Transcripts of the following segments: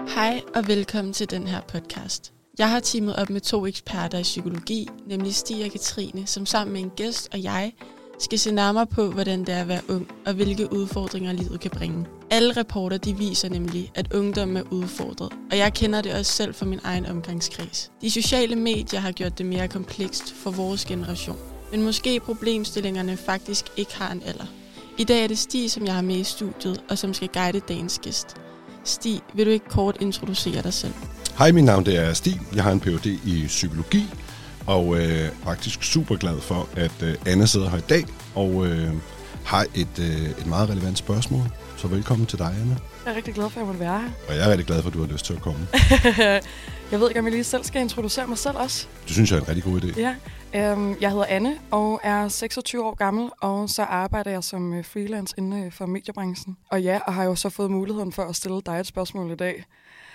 Hej og velkommen til den her podcast. Jeg har teamet op med 2 eksperter i psykologi, nemlig Stig og Katrine, som sammen med en gæst og jeg skal se nærmere på, hvordan det er at være ung, og hvilke udfordringer livet kan bringe. Alle rapporter de viser nemlig, at ungdom er udfordret, og jeg kender det også selv fra min egen omgangskreds. De sociale medier har gjort det mere komplekst for vores generation, men måske problemstillingerne faktisk ikke har en alder. I dag er det Stig, som jeg har med i studiet, og som skal guide dagens gæst. Stig, vil du ikke kort introducere dig selv? Hej, mit navn det er Stig. Jeg har en Ph.D. i psykologi, og faktisk super glad for, at Anne sidder her i dag, og har et meget relevant spørgsmål. Så velkommen til dig, Anne. Jeg er rigtig glad for, at jeg måtte være her. Og jeg er rigtig glad for, at du har lyst til at komme. Jeg ved ikke, om jeg lige selv skal introducere mig selv også. Det synes jeg er en rigtig god idé. Ja. Jeg hedder Anne og er 26 år gammel, og så arbejder jeg som freelance inden for mediebranchen. Og har jo så fået muligheden for at stille dig et spørgsmål i dag.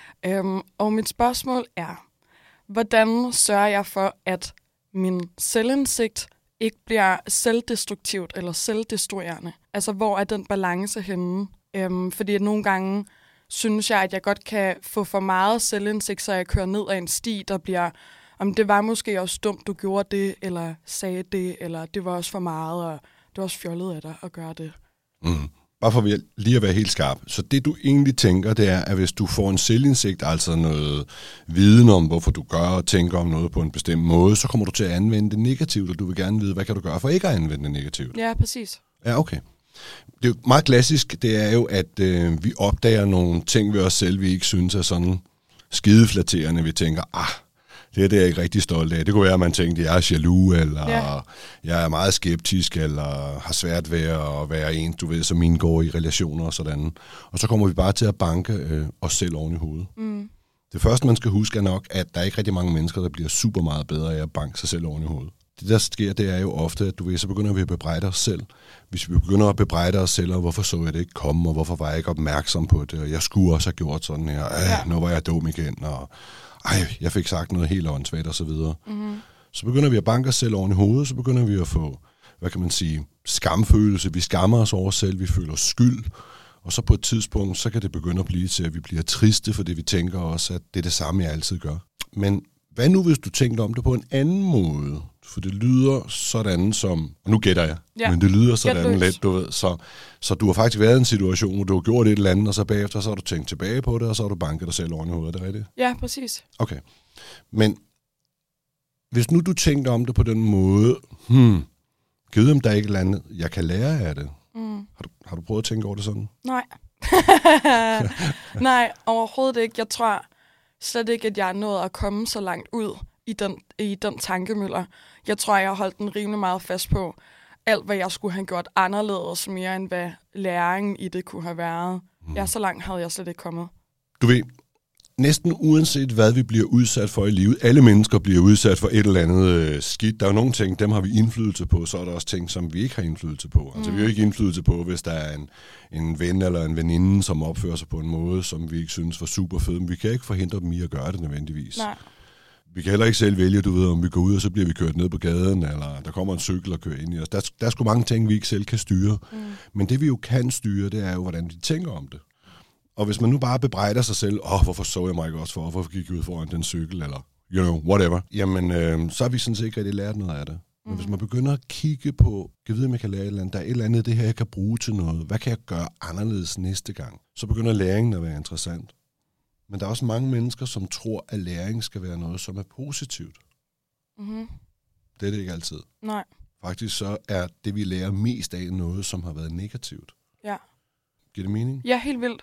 Og mit spørgsmål er, hvordan sørger jeg for, at min selvindsigt ikke bliver selvdestruktivt eller selvdestruerende? Altså, hvor er den balance henne? Fordi at nogle gange synes jeg, at jeg godt kan få for meget selvindsigt, så jeg kører ned ad en sti, der bliver, om det var måske også dumt, du gjorde det, eller sagde det, eller det var også for meget, og det var også fjollet af dig at gøre det. Bare for lige at være helt skarp. Så det, du egentlig tænker, det er, at hvis du får en selvindsigt, altså noget viden om, hvorfor du gør og tænker om noget på en bestemt måde, så kommer du til at anvende det negativt, og du vil gerne vide, hvad kan du gøre for ikke at anvende det negativt. Ja, præcis. Ja, okay. Det er jo meget klassisk, det er jo, at vi opdager nogle ting ved os selv, vi ikke synes er sådan skideflatterende. Vi tænker, det er jeg ikke rigtig stolt af. Det kunne være, at man tænkte, at jeg er jaloux, eller jeg er meget skeptisk, eller har svært ved at være en, du ved, som indgår i relationer og sådan. Og så kommer vi bare til at banke os selv oven i hovedet. Mm. Det første, man skal huske, er nok, at der er ikke rigtig mange mennesker, der bliver super meget bedre af at banke sig selv oven i hovedet. Det, der sker, det er jo ofte, at du ved, så begynder vi at bebrejde os selv. Hvis vi begynder at bebrejde os selv, og hvorfor så jeg det ikke komme, og hvorfor var jeg ikke opmærksom på det, og jeg skulle også have gjort sådan her, nu var jeg dum igen, og jeg fik sagt noget helt åndssvagt og så videre. Mm-hmm. Så begynder vi at banke os selv oven i hovedet, så begynder vi at få, hvad kan man sige, skamfølelse. Vi skammer os over os selv, vi føler skyld, og så på et tidspunkt, så kan det begynde at blive til, at vi bliver triste, fordi vi tænker også, at det er det samme, jeg altid gør. Men hvad nu, hvis du tænker om det på en anden måde? For det lyder sådan som, og nu gætter jeg, men det lyder sådan lidt, du ved, så du har faktisk været i en situation, hvor du har gjort et eller andet, og så bagefter, så har du tænkt tilbage på det, og så har du banket dig selv oven i hovedet, er det rigtigt? Ja, præcis. Okay, men hvis nu du tænker om det på den måde, givet om der er ikke et eller andet, jeg kan lære af det, har du prøvet at tænke over det sådan? Nej. Nej, overhovedet ikke. Jeg tror slet ikke, at jeg er nået at komme så langt ud i den tankemøller. Jeg tror, jeg har holdt den rimelig meget fast på alt, hvad jeg skulle have gjort anderledes, mere end hvad læringen i det kunne have været. Ja, så langt havde jeg slet ikke kommet. Du ved, næsten uanset hvad vi bliver udsat for i livet, alle mennesker bliver udsat for et eller andet skidt. Der er jo nogle ting, dem har vi indflydelse på, så er der også ting, som vi ikke har indflydelse på. Altså vi har jo ikke indflydelse på, hvis der er en ven eller en veninde, som opfører sig på en måde, som vi ikke synes var super fed, men vi kan ikke forhindre dem i at gøre det nødvendigvis. Nej. Vi kan heller ikke selv vælge, du ved, om vi går ud, og så bliver vi kørt ned på gaden, eller der kommer en cykel og kører ind i os. Der er sgu mange ting, vi ikke selv kan styre. Men det vi jo kan styre, det er jo, hvordan vi tænker om det. Og hvis man nu bare bebrejder sig selv, hvorfor så jeg mig ikke også for, hvorfor gik jeg ud foran den cykel, eller whatever, jamen, så har vi sådan set ikke rigtig lært noget af det. Men hvis man begynder at kigge på, jeg ved, om jeg kan lære et eller andet, der er et eller andet, det her, jeg kan bruge til noget, hvad kan jeg gøre anderledes næste gang? Så begynder læringen at være interessant. Men der er også mange mennesker, som tror, at læring skal være noget, som er positivt. Mm-hmm. Det er det ikke altid. Nej. Faktisk så er det, vi lærer mest af, noget, som har været negativt. Ja. Giver det mening? Ja, helt vildt.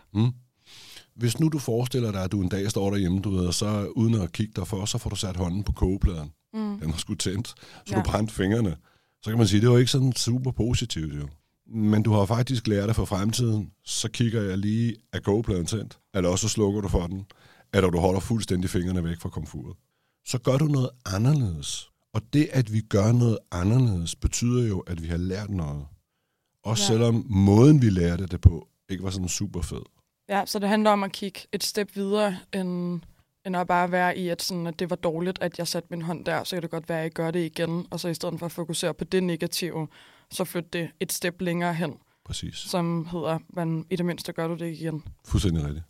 Hvis nu du forestiller dig, at du en dag står derhjemme, du ved, og så uden at kigge dig for, så får du sat hånden på kogepladen. Den har sgu tændt, så du brændte fingrene. Så kan man sige, det var ikke sådan super positivt, jo. Men du har faktisk lært dig for fremtiden, så kigger jeg lige, er kogepladen tændt? Eller også så slukker du for den? Eller du holder fuldstændig fingrene væk fra komfuret? Så gør du noget anderledes. Og det, at vi gør noget anderledes, betyder jo, at vi har lært noget. Også selvom måden, vi lærte det på, ikke var sådan super fed. Ja, så det handler om at kigge et step videre, end at bare være i, at det var dårligt, at jeg satte min hånd der, så kan det godt være, at jeg gør det igen. Og så i stedet for at fokusere på det negative, så flytte det et step længere hen. Præcis. Som hedder, i det mindste gør du det igen. Fuldstændig rigtigt.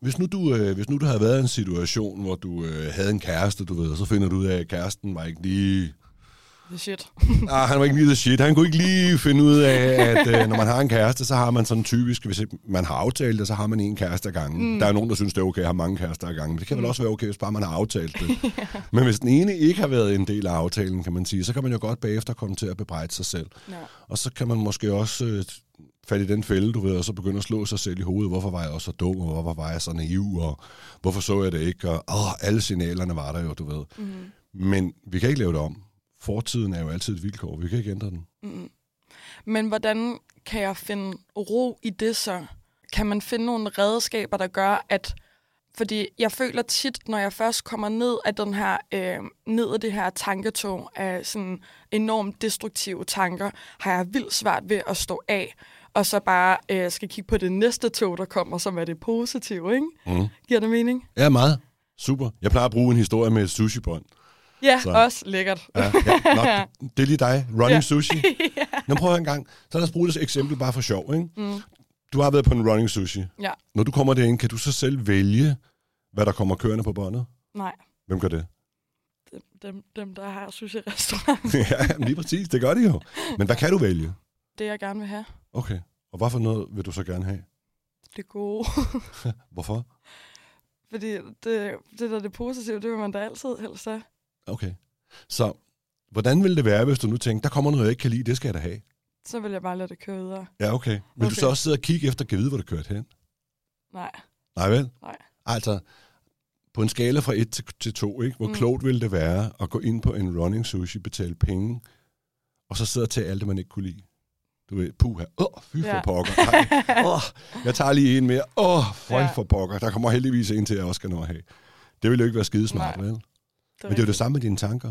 Hvis nu du havde været i en situation, hvor du havde en kæreste, du ved, og så finder du ud af, at kæresten var ikke lige... The shit. Han var ikke lige the shit. Han kunne ikke lige finde ud af, at når man har en kæreste, så har man sådan typisk, hvis man har aftalt det, så har man en kæreste ad gangen. Der er nogen, der synes, det er okay at have mange kærester ad gangen. Men det kan vel også være okay, hvis bare man har aftalt det. Ja. Men hvis den ene ikke har været en del af aftalen, kan man sige, så kan man jo godt bagefter komme til at bebrejde sig selv. Ja. Og så kan man måske også falde i den fælde, du ved, og så begynde at slå sig selv i hovedet. Hvorfor var jeg også så dum, og hvorfor var jeg så naiv, og hvorfor så jeg det ikke? Og alle signalerne var der jo, du ved. Men vi kan ikke lave det om. Fortiden er jo altid et vilkår. Vi kan ikke ændre den. Men hvordan kan jeg finde ro i det så? Kan man finde nogle redskaber, der gør, at... Fordi jeg føler tit, når jeg først kommer ned af den her, ned af det her tanketog af sådan enormt destruktive tanker, har jeg vildt svært ved at stå af, og så bare skal kigge på det næste tog, der kommer, som er det positive, ikke? Giver det mening? Ja, meget. Super. Jeg plejer at bruge en historie med et sushi-bånd. Ja, så. Også lækkert. Ja. Nå, det er lige dig. Running sushi. Ja. Nå, prøv en gang. Så lad os bruge det eksempel bare for sjov, ikke? Du har været på en running sushi. Ja. Når du kommer derind, kan du så selv vælge, hvad der kommer kørende på båndet? Nej. Hvem gør det? Dem der har sushi-restaurant. Ja, lige præcis. Det gør de jo. Men hvad kan du vælge? Det, jeg gerne vil have. Okay. Og hvad for noget vil du så gerne have? Det gode. Hvorfor? Fordi det der det positive, det vil man da altid helst have. Okay. Så hvordan ville det være, hvis du nu tænkte, der kommer noget, jeg ikke kan lide, det skal jeg da have? Så vil jeg bare lade det køre videre. Ja, okay. Vil du så også sidde og kigge efter, kan vide, hvor det kørt hen? Nej. Nej vel? Nej. Altså, på en skala fra 1 til 2, ikke? Hvor klogt ville det være at gå ind på en running sushi, betale penge, og så sidde og tage alt det, man ikke kunne lide? Du ved, puha, fy for pokker. Jeg tager lige en mere. For pokker. Der kommer heldigvis en til, jeg også skal nå at have. Det ville jo ikke være skidesmart, vel? Men det er jo det samme med dine tanker.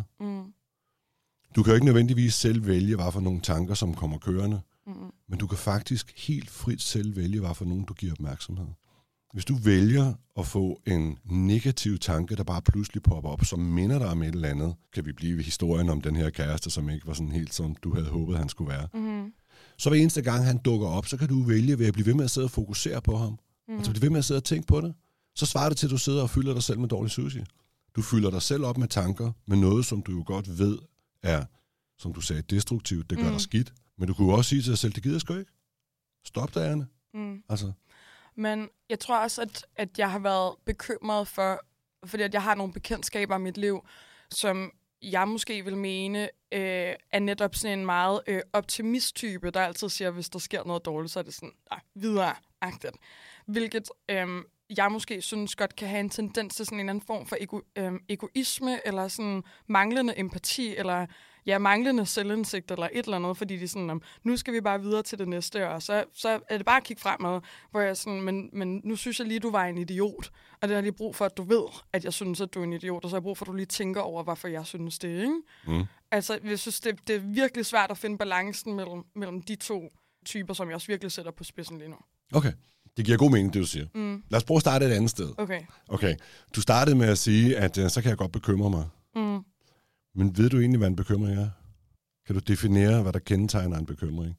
Du kan jo ikke nødvendigvis selv vælge, hvad for nogle tanker, som kommer kørende. Men du kan faktisk helt frit selv vælge, hvad for nogen, du giver opmærksomhed. Hvis du vælger at få en negativ tanke, der bare pludselig popper op, som minder dig om et eller andet, kan vi blive ved historien om den her kæreste, som ikke var sådan helt, som du havde håbet, han skulle være. Så hver eneste gang, han dukker op, så kan du vælge ved at blive ved med at sidde og fokusere på ham. Altså blive ved med at sidde og tænke på det. Så svarer det til, at du sidder og fylder dig selv med dårlig sushi. Du fylder dig selv op med tanker, med noget, som du jo godt ved er, som du sagde, destruktivt. Det gør dig skidt. Men du kunne jo også sige til dig selv, det gider sgu ikke. Stop dig, Anne. Altså. Men jeg tror også, at jeg har været bekymret for, fordi at jeg har nogle bekendtskaber i mit liv, som jeg måske vil mene er netop sådan en meget optimist-type, der altid siger, at hvis der sker noget dårligt, så er det sådan, videre-agtigt. Hvilket jeg måske synes godt kan have en tendens til sådan en anden form for egoisme, eller sådan manglende empati, eller manglende selvindsigt, eller et eller andet, fordi de sådan, nu skal vi bare videre til det næste, og så er det bare at kigge fremad, hvor jeg sådan, men nu synes jeg lige, du var en idiot, og det har jeg lige brug for, at du ved, at jeg synes, at du er en idiot, og så har jeg brug for, at du lige tænker over, hvorfor jeg synes det, ikke? Altså, jeg synes, det er virkelig svært at finde balancen mellem de to typer, som jeg også virkelig sætter på spidsen lige nu. Okay. Det giver god mening, det du siger. Lad os prøve at starte et andet sted. Okay. Du startede med at sige, at så kan jeg godt bekymre mig. Men ved du egentlig, hvad en bekymring er? Kan du definere, hvad der kendetegner en bekymring?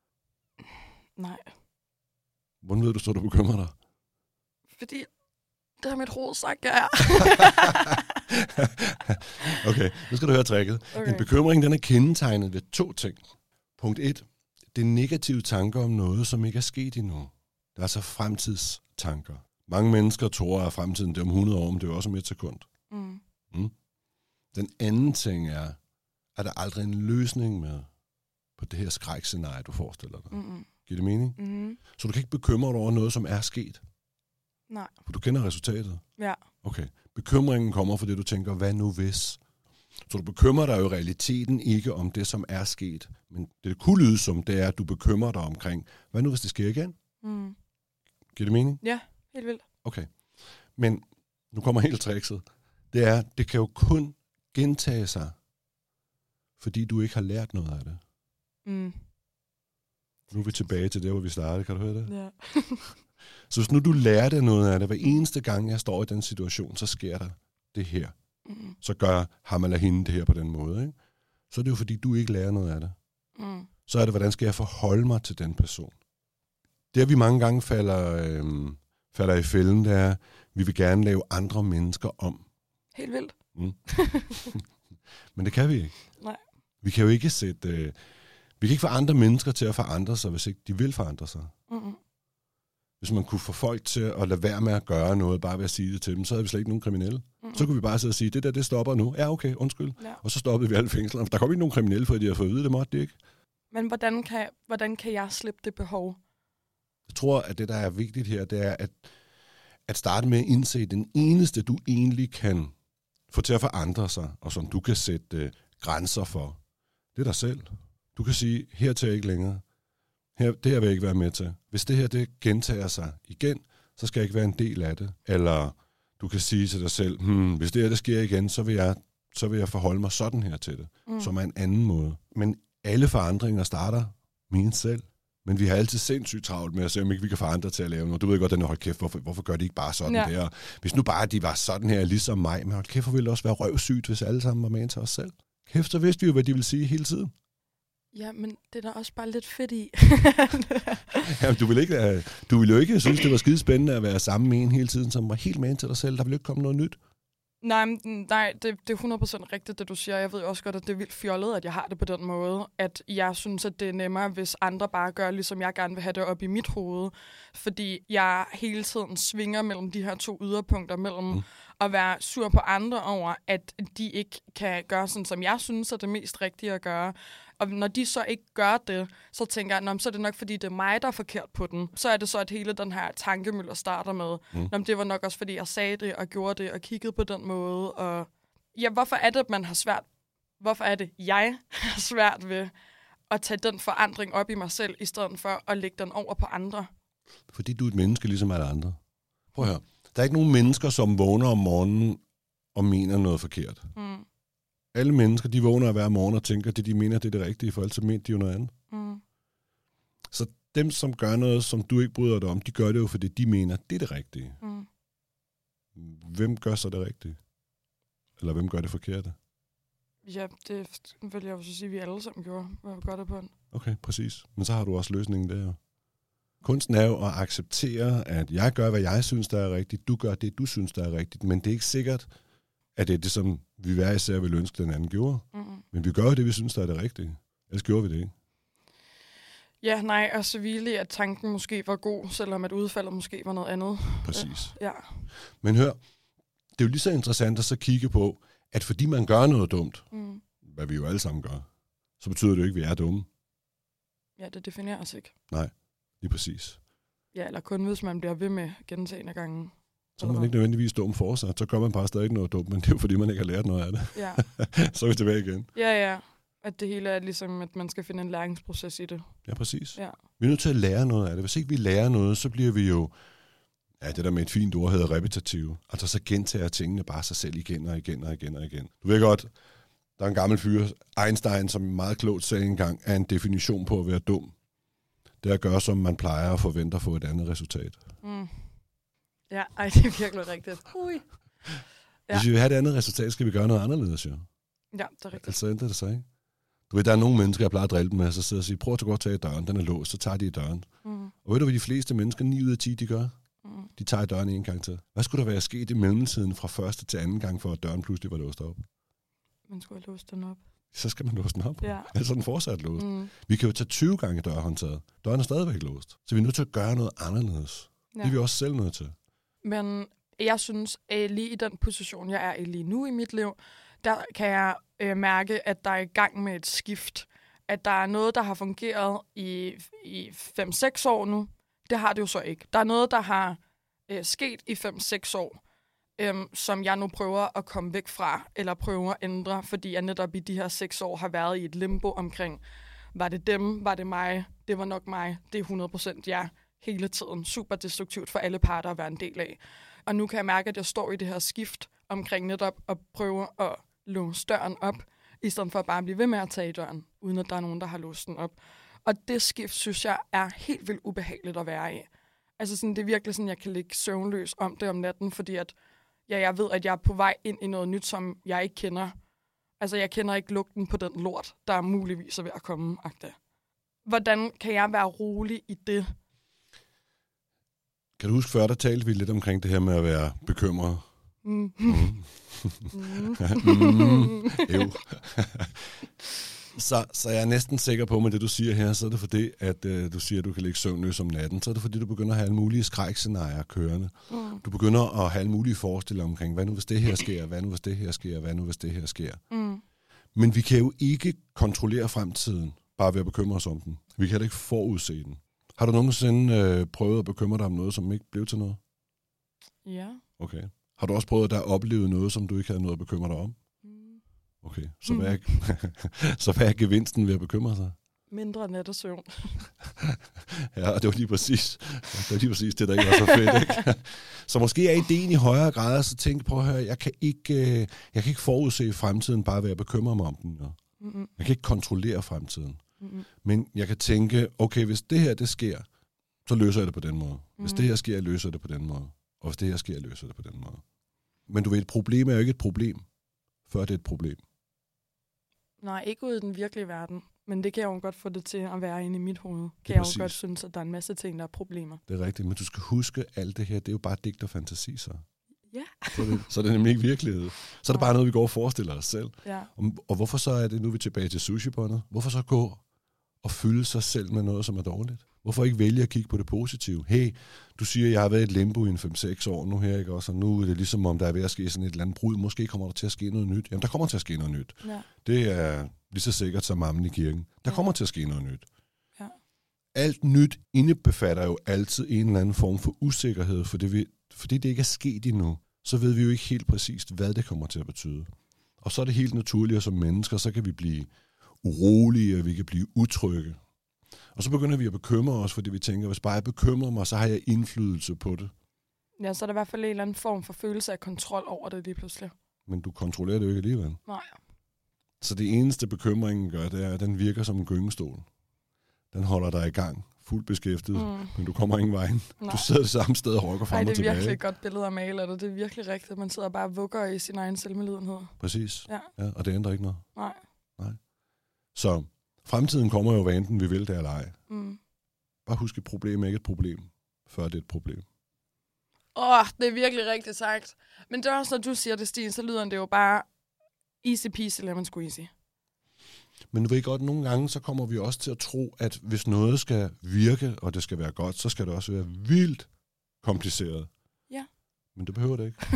Nej. Hvordan ved du så, du bekymrer dig? Fordi det har mit hoved sagt, jeg er. Okay, nu skal du høre tricket. Okay. En bekymring, den er kendetegnet ved 2 ting. Punkt 1. Det er negative tanker om noget, som ikke er sket endnu. Det er altså fremtidstanker. Mange mennesker tror, at fremtiden det er om 100 år, men det er også om 1 sekund. Den anden ting er der aldrig en løsning med på det her skrækscenarie, du forestiller dig. Giver det mening? Så du kan ikke bekymre dig over noget, som er sket? Nej. For du kender resultatet? Ja. Okay. Bekymringen kommer, fordi du tænker, hvad nu hvis? Så du bekymrer dig jo i realiteten ikke om det, som er sket. Men det kunne lyde som, det er, at du bekymrer dig omkring, hvad nu hvis det sker igen? Giver det mening? Ja, helt vildt. Okay. Men nu kommer helt trickset. Det kan jo kun gentage sig, fordi du ikke har lært noget af det. Nu er vi tilbage til det, hvor vi startede. Kan du høre det? Ja. Så hvis nu du lærte noget af det, hver eneste gang, jeg står i den situation, så sker der det her. Så gør ham eller hende det her på den måde. Ikke? Så er det jo, fordi du ikke lærer noget af det. Så er det, hvordan skal jeg forholde mig til den person? Det, vi mange gange falder i fælden, det er, vi vil gerne lave andre mennesker om. Helt vildt. Men det kan vi ikke. Nej. Vi kan jo ikke vi kan ikke få andre mennesker til at forandre sig, hvis ikke de vil forandre sig. Mm-hmm. Hvis man kunne få folk til at lade være med at gøre noget, bare ved at sige det til dem, så havde vi slet ikke nogen kriminelle. Mm-hmm. Så kunne vi bare sidde og sige, det stopper nu. Ja, okay, undskyld. Ja. Og så stoppede vi alle fængslerne. Der kom ikke nogen kriminelle, fordi de havde fået at vide, det måtte de ikke. Men hvordan kan jeg slippe det behov? Jeg tror, at det, der er vigtigt her, det er at starte med at indse, at den eneste, du egentlig kan få til at forandre sig, og som du kan sætte grænser for, det er dig selv. Du kan sige, hertil ikke længere. Det her vil jeg ikke være med til. Hvis det her det gentager sig igen, så skal jeg ikke være en del af det. Eller du kan sige til dig selv, hvis det her det sker igen, så vil jeg forholde mig sådan her til det, som er en anden måde. Men alle forandringer starter med en selv. Men vi har altid sindssygt travlt med at se, om ikke vi kan forandre til at lave noget. Du ved godt, den er, hold kæft, hvorfor gør de ikke bare sådan der? Hvis nu bare de var sådan her, ligesom mig, men hold kæft, hvor ville det også være røvsygt, hvis alle sammen var med til os selv. Kæft, så vidste vi jo, hvad de ville sige hele tiden. Ja, men det er da også bare lidt fedt i. Jamen, du ville jo ikke synes, det var skide spændende at være sammen med en hele tiden, som var helt med til dig selv. Der ville jo ikke komme noget nyt. Nej, det er 100% rigtigt, det du siger. Jeg ved også godt, at det er vildt fjollet, at jeg har det på den måde. At jeg synes, at det er nemmere, hvis andre bare gør, ligesom jeg gerne vil have det op i mit hoved. Fordi jeg hele tiden svinger mellem de her to yderpunkter, mellem at være sur på andre over, at de ikke kan gøre sådan, som jeg synes er det mest rigtige at gøre. Og når de så ikke gør det, så tænker jeg, så er det nok, fordi det er mig, der er forkert på den. Så er det så, at hele den her tankemøller starter med, det var nok også, fordi jeg sagde det og gjorde det og kiggede på den måde. Og ja, hvorfor er det, at man har svært? Hvorfor er det, jeg har svært ved at tage den forandring op i mig selv, i stedet for at lægge den over på andre? Fordi du er et menneske, ligesom alle andre. Prøv at høre. Der er ikke nogen mennesker, som vågner om morgenen og mener noget forkert. Alle mennesker, de vågner hver morgen og tænker, at det de mener, det er det rigtige, for ellers mente de jo noget andet. Så dem, som gør noget, som du ikke bryder dig om, de gør det jo, fordi de mener, det er det rigtige. Hvem gør så det rigtige? Eller hvem gør det forkerte? Ja, det vil jeg jo så sige, at vi alle sammen gjorde, hvad vi gør det på en. Okay, præcis. Men så har du også løsningen der. Kunsten er jo at acceptere, at jeg gør, hvad jeg synes, der er rigtigt. Du gør det, du synes, der er rigtigt. Men det er ikke sikkert, at det er det, som vi hver især vil ønske, den anden gjorde. Men vi gør jo det, vi synes, der er det rigtige. Ellers gjorde vi det ikke. Ja, nej, og så virkelig, at tanken måske var god, selvom at udfaldet måske var noget andet. Præcis. Ja. Men hør, det er jo lige så interessant at så kigge på, at fordi man gør noget dumt, hvad vi jo alle sammen gør, så betyder det jo ikke, at vi er dumme. Ja, det definerer os ikke. Nej, lige præcis. Ja, eller kun hvis man bliver ved med gentagende gange. Så er man ikke nødvendigvis dum for sig. Så gør man bare stadig noget dumt, men det er jo fordi, man ikke har lært noget af det. Ja. Så er vi tilbage igen. Ja. At det hele er ligesom, at man skal finde en læringsproces i det. Ja, præcis. Ja. Vi er nødt til at lære noget af det. Hvis ikke vi lærer noget, så bliver vi jo, det der med et fint ord hedder repetitive. Altså så gentager tingene bare sig selv igen og igen og igen og igen. Du ved godt, der er en gammel fyr, Einstein, som meget klogt sagde engang, er en definition på at være dum. Det er at gøre, som man plejer og forventer at få et andet resultat. Ja, det er virkelig rigtigt. Ja. Hvis vi vil have et andet resultat, skal vi gøre noget anderledes, jo. Ja, det er rigtigt. Altså ændrer det sig, ikke? Du ved, der er nogle mennesker, jeg plejer at drille dem med, så sidder og siger, prøv at gå tage i døren, den er låst, så tager de i døren. Og ved du, hvad de fleste mennesker, 9 ud af 10, de gør? De tager i døren en gang til. Hvad skulle der være sket i mellemtiden fra første til anden gang, for at døren pludselig var låst op? Man skulle have låst den op. Så skal man låse den op. Ja. Altså den fortsat låst. Vi kan jo tage 20 gange dørhåndtaget. Døren er stadigvæk låst. Så vi er nødt til at gøre noget anderledes. Ja. Det er vi også selv nødt til. Men jeg synes, at lige i den position, jeg er i lige nu i mit liv, der kan jeg mærke, at der er i gang med et skift. At der er noget, der har fungeret i 5-6 år nu. Det har det jo så ikke. Der er noget, der har sket i 5-6 år, som jeg nu prøver at komme væk fra, eller prøver at ændre, fordi jeg netop i de her 6 år har været i et limbo omkring, var det dem, var det mig, det var nok mig, det er 100% jeg, hele tiden. Super destruktivt for alle parter at være en del af. Og nu kan jeg mærke, at jeg står i det her skift omkring netop at prøve at låse døren op, i stedet for at bare blive ved med at tage i døren, uden at der er nogen, der har låst den op. Og det skift, synes jeg, er helt vildt ubehageligt at være i. Altså sådan, det er virkelig sådan, jeg kan ligge søvnløs om det om natten, fordi at, jeg ved, at jeg er på vej ind i noget nyt, som jeg ikke kender. Altså, jeg kender ikke lugten på den lort, der er muligvis ved at komme, agte. Hvordan kan jeg være rolig i det? Kan du huske før, der talte vi lidt omkring det her med at være bekymret? Så jeg er næsten sikker på, med det du siger her, så er det fordi, at du siger, at du kan ligge søvnløs om natten. Så er det fordi, du begynder at have alle mulige skrækscenarier kørende. Du begynder at have alle mulige forestillinger omkring, hvad nu hvis det her sker, hvad nu hvis det her sker, hvad nu hvis det her sker. Men vi kan jo ikke kontrollere fremtiden, bare ved at bekymre os om den. Vi kan heller ikke forudse den. Har du nogensinde prøvet at bekymre dig om noget, som ikke blev til noget? Ja. Okay. Har du også prøvet at opleve noget, som du ikke havde noget at bekymre dig om? Okay, så hvad er gevinsten ved at bekymre sig? Mindre nattesøvn. Ja, og det var lige præcis det, der ikke var så fedt, ikke? Så måske er ideen i højere grad at tænke på, at jeg kan ikke forudse fremtiden bare ved at bekymre mig om den. Jeg kan ikke kontrollere fremtiden. Men jeg kan tænke, okay, hvis det her det sker, så løser jeg det på den måde. Hvis det her sker, løser jeg det på den måde. Og hvis det her sker, løser jeg det på den måde. Men du ved, et problem er jo ikke et problem, før det er et problem. Nej, ikke ude i den virkelige verden. Men det kan jeg jo godt få det til at være inde i mit hoved. Kan jeg jo godt synes, at der er en masse ting, der er problemer. Det er rigtigt, men du skal huske, alt det her, det er jo bare digt og fantasi, så. Ja. Så er det nemlig ikke virkelighed. Så er det bare noget, vi går og forestiller os selv. Ja. Og hvorfor så er det, nu er vi tilbage til sushi-båndet, hvorfor så gå og fylde sig selv med noget, som er dårligt? Hvorfor ikke vælge at kigge på det positive? Hey, du siger, at jeg har været i et limbo i 5-6 år nu her, ikke også? Og nu er det ligesom, om der er ved at ske sådan et eller andet brud. Måske kommer der til at ske noget nyt. Jamen, der kommer til at ske noget nyt. Ja. Det er lige så sikkert som mammen i kirken. Der kommer til at ske noget nyt. Ja. Alt nyt indebefatter jo altid en eller anden form for usikkerhed, fordi det ikke er sket endnu. Så ved vi jo ikke helt præcist, hvad det kommer til at betyde. Og så er det helt naturligt, at som mennesker, så kan vi blive urolige, og vi kan blive utrygge. Og så begynder vi at bekymre os, fordi vi tænker, hvis bare jeg bekymrer mig, så har jeg indflydelse på det. Ja, så er der i hvert fald en eller anden form for følelse af kontrol over det lige pludselig. Men du kontrollerer det jo ikke alligevel. Nej. Så det eneste bekymringen gør, det er, at den virker som en gyngestol. Den holder dig i gang, fuldt beskæftiget, men du kommer ingen vej. Du sidder det samme sted og rokker frem og tilbage. Det er virkelig et godt billede at male af det. Det er virkelig rigtigt. Man sidder bare og vugger i sin egen selvmedlidenhed. Præcis. Ja, og det ændrer ikke noget. Nej. Så fremtiden kommer jo, hvad enten vi vil det eller ej. Bare husk, et problem er ikke et problem, før det er et problem. Det er virkelig rigtigt sagt. Men det er også, når du siger det, Stine, så lyder det jo bare easy peasy lemon squeezy. Men du ved godt, nogle gange, så kommer vi også til at tro, at hvis noget skal virke, og det skal være godt, så skal det også være vildt kompliceret. Ja. Men det behøver det ikke.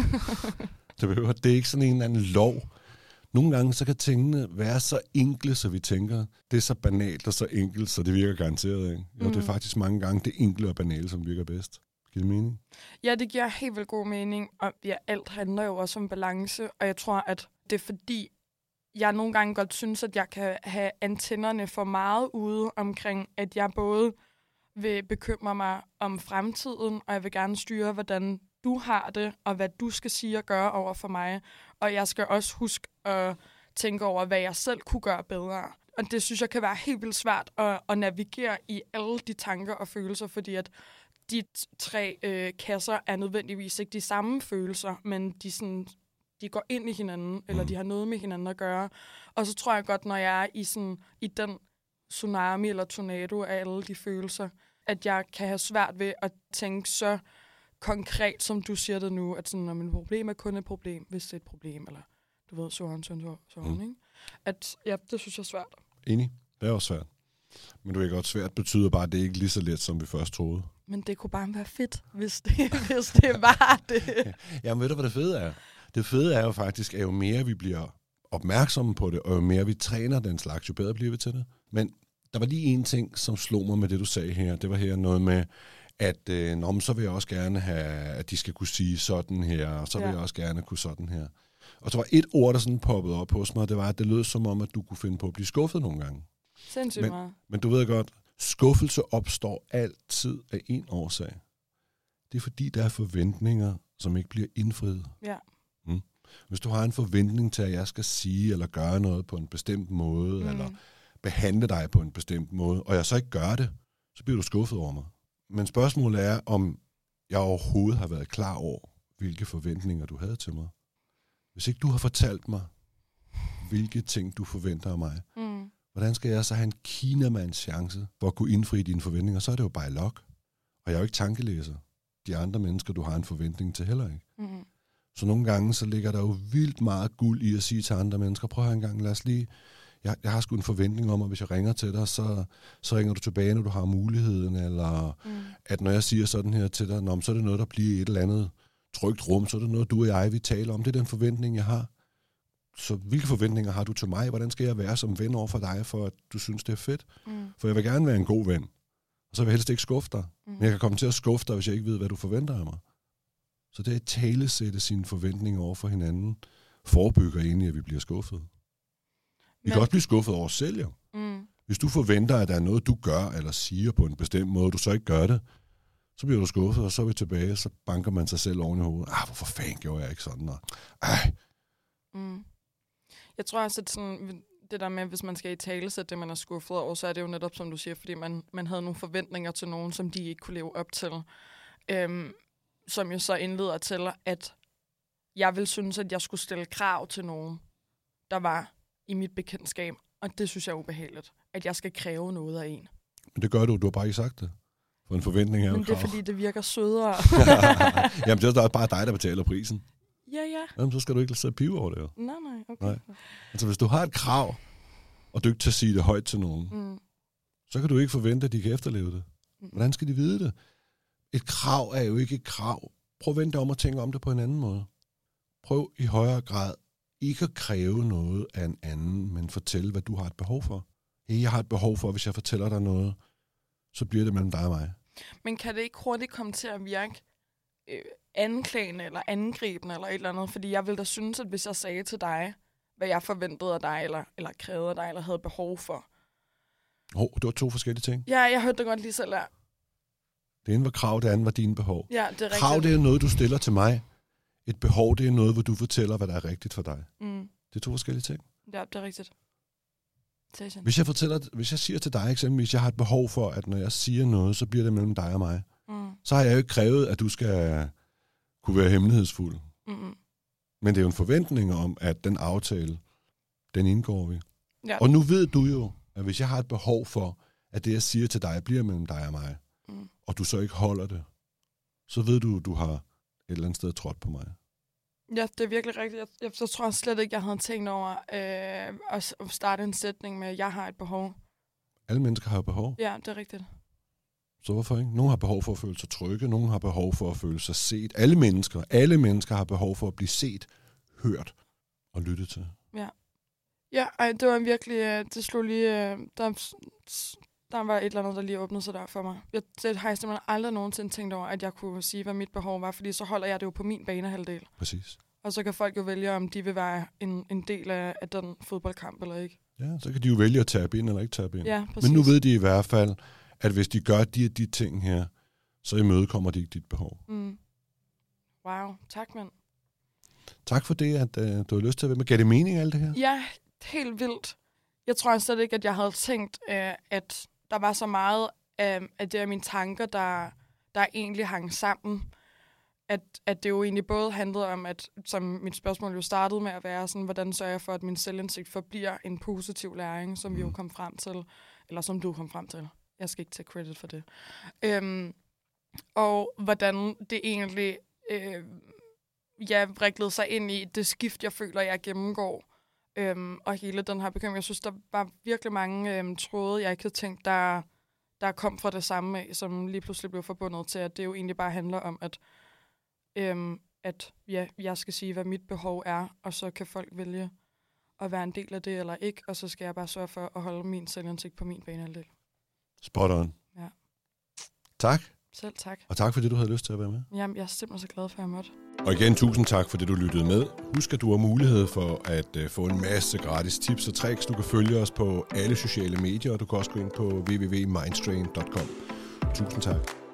Det er ikke sådan en eller anden lov. Nogle gange, så kan tingene være så enkle, så vi tænker, det er så banalt og så enkelt, så det virker garanteret, ikke? Jo, det er faktisk mange gange det enkle og banale, som virker bedst. Giver det mening? Ja, det giver helt vildt god mening, og ja, alt handler jo også om balance, og jeg tror, at det er fordi, jeg nogle gange godt synes, at jeg kan have antennerne for meget ude omkring, at jeg både vil bekymre mig om fremtiden, og jeg vil gerne styre, hvordan du har det, og hvad du skal sige og gøre over for mig. Og jeg skal også huske at tænke over, hvad jeg selv kunne gøre bedre. Og det synes jeg kan være helt vildt svært at navigere i alle de tanker og følelser, fordi at de 3 kasser er nødvendigvis ikke de samme følelser, men de går ind i hinanden, eller de har noget med hinanden at gøre. Og så tror jeg godt, når jeg er i den tsunami eller tornado af alle de følelser, at jeg kan have svært ved at tænke så konkret, som du siger det nu, at sådan, et problem er kun et problem, hvis det er et problem, eller du ved, sådan, ikke? At, ja, det synes jeg er svært. Enig. Det er også svært. Men du er godt svært betyder bare, at det ikke er lige så let, som vi først troede. Men det kunne bare være fedt, hvis det var det. Jamen ved du, hvad det fede er? Det fede er jo faktisk, at jo mere vi bliver opmærksomme på det, og jo mere vi træner den slags, jo bedre bliver vi til det. Men der var lige en ting, som slog mig med det, du sagde her. Det var her noget med, at så vil jeg også gerne have, at de skal kunne sige sådan her, og så vil jeg også gerne kunne sådan her. Og så var et ord, der sådan poppede op hos mig, det var, at det lød som om, at du kunne finde på at blive skuffet nogle gange. Sindssygt meget. Men du ved godt, skuffelse opstår altid af en årsag. Det er fordi, der er forventninger, som ikke bliver indfriet. Ja. Hvis du har en forventning til, at jeg skal sige eller gøre noget på en bestemt måde, eller behandle dig på en bestemt måde, og jeg så ikke gør det, så bliver du skuffet over mig. Men spørgsmålet er, om jeg overhovedet har været klar over, hvilke forventninger du havde til mig. Hvis ikke du har fortalt mig, hvilke ting du forventer af mig, hvordan skal jeg så have en kinamands chance for at kunne indfri dine forventninger? Så er det jo bare log. Og jeg er jo ikke tankelæser. de andre mennesker, du har en forventning til, heller ikke. Mm. Så nogle gange, så ligger der jo vildt meget guld i at sige til andre mennesker, prøv at en gang, lad os lige, jeg har sgu en forventning om, at hvis jeg ringer til dig, så ringer du tilbage, når du har muligheden, eller at når jeg siger sådan her til dig, så er det noget, der bliver i et eller andet trygt rum, så er det noget, du og jeg, vi taler om. Det er den forventning, jeg har. Så hvilke forventninger har du til mig? Hvordan skal jeg være som ven over for dig, for at du synes, det er fedt? For jeg vil gerne være en god ven. Og så vil jeg helst ikke skuffe dig. Men jeg kan komme til at skuffe dig, hvis jeg ikke ved, hvad du forventer af mig. Så det er at talesætte sine forventninger over for hinanden, forebygger egentlig, at vi bliver skuffet. Vi kan også blive skuffet over os selv, jo. Hvis du forventer, at der er noget, du gør eller siger på en bestemt måde, du så ikke gør det, så bliver du skuffet, og så er vi tilbage, så banker man sig selv oven i hovedet. Hvorfor fanden gjorde jeg ikke sådan? Jeg tror også, at sådan, det der med, hvis man skal i talesætte det, man er skuffet over, så er det jo netop, som du siger, fordi man havde nogle forventninger til nogen, som de ikke kunne leve op til. Som jo så indleder til, at jeg ville synes, at jeg skulle stille krav til nogen, der var i mit bekendtskab. Og det synes jeg er ubehageligt, at jeg skal kræve noget af en. Men det gør du har bare ikke sagt det. For en forventning er jo krav. Men det er, fordi det virker sødere. Jamen, det er bare dig, der betaler prisen. Ja. Jamen, så skal du ikke sidde og pive over det jo. Nej, okay. Nej. Altså, hvis du har et krav, og du ikke til at sige det højt til nogen, så kan du ikke forvente, at de kan efterleve det. Hvordan skal de vide det? Et krav er jo ikke et krav. Prøv at vente om at tænke om det på en anden måde. Prøv i højere grad ikke at kræve noget af en anden, men fortælle, hvad du har et behov for. Hey, jeg har et behov for, hvis jeg fortæller dig noget, så bliver det mellem dig og mig. Men kan det ikke hurtigt komme til at virke anklagende eller angribende eller et eller andet? Fordi jeg ville da synes, at hvis jeg sagde til dig, hvad jeg forventede af dig, eller krævede af dig, eller havde behov for. Det var 2 forskellige ting. Ja, jeg hørte det godt lige selv der. Det ene var krav, det andet var dine behov. Ja, det er rigtigt. Krav, det er noget, du stiller til mig. Et behov, det er noget, hvor du fortæller, hvad der er rigtigt for dig. Det er 2 forskellige ting. Ja, det er rigtigt. Hvis jeg siger til dig eksempelvis, jeg har et behov for, at når jeg siger noget, så bliver det mellem dig og mig. Så har jeg jo ikke krævet, at du skal kunne være hemmelighedsfuld. Men det er jo en forventning om, at den aftale, den indgår vi. Ja. Og nu ved du jo, at hvis jeg har et behov for, at det, jeg siger til dig, bliver mellem dig og mig, og du så ikke holder det, så ved du har et eller andet sted trådt på mig. Ja, det er virkelig rigtigt. Jeg tror slet ikke, jeg havde tænkt over at starte en sætning med, at jeg har et behov. Alle mennesker har behov. Ja, det er rigtigt. Så hvorfor ikke? Nogle har behov for at føle sig trygge, nogle har behov for at føle sig set. Alle mennesker har behov for at blive set, hørt og lyttet til. Ja, det var virkelig, det slog lige, der var et eller andet, der lige åbnede sig der for mig. Det har jeg simpelthen aldrig nogensinde tænkt over, at jeg kunne sige, hvad mit behov var, fordi så holder jeg det jo på min banehalvdel. Præcis. Og så kan folk jo vælge, om de vil være en del af den fodboldkamp eller ikke. Ja, så kan de jo vælge at tabe ind eller ikke tabe ind. Ja, præcis. Men nu ved de i hvert fald, at hvis de gør de ting her, så imødekommer de ikke dit behov. Wow, tak mand. Tak for det, at du har lyst til at være med. Gav det mening alt det her? Ja, helt vildt. Jeg tror slet ikke, at jeg havde tænkt, at der var så meget af det af mine tanker, der egentlig hang sammen. At det jo egentlig både handlede om, at som mit spørgsmål jo startede med at være sådan, hvordan sørger jeg for, at min selvindsigt forbliver en positiv læring, som vi jo kom frem til, eller som du kom frem til. Jeg skal ikke tage credit for det. Og hvordan det egentlig vriklede sig ind i det skift, jeg føler, jeg gennemgår. Og hele den her bekymring. Jeg synes, der var virkelig mange tråde, jeg ikke havde tænkt, der kom fra det samme af, som lige pludselig blev forbundet til, at det jo egentlig bare handler om, at jeg skal sige, hvad mit behov er, og så kan folk vælge at være en del af det eller ikke, og så skal jeg bare sørge for at holde min selvindsigt på min banehalvdel. Spot on. Ja. Tak. Selv tak. Og tak, fordi du havde lyst til at være med. Jamen, jeg er simpelthen så glad for, at jeg måtte. Og igen, tusind tak, fordi du lyttede med. Husk, at du har mulighed for at få en masse gratis tips og tricks. Du kan følge os på alle sociale medier, og du kan også gå ind på www.mindstrain.com. Tusind tak.